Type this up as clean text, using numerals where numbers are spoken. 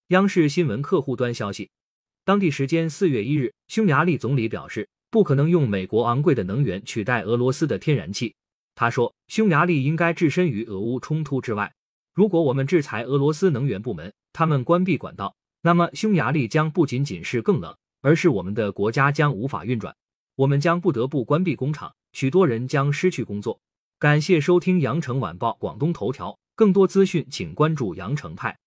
央视新闻客户端消息，当地时间4月1日，匈牙利总理表示，不可能用美国昂贵的能源取代俄罗斯的天然气。他说，匈牙利应该置身于俄乌冲突之外。如果我们制裁俄罗斯能源部门，他们关闭管道，那么匈牙利将不仅仅是更冷，而是我们的国家将无法运转，我们将不得不关闭工厂，许多人将失去工作。感谢收听羊城晚报广东头条，更多资讯请关注羊城派。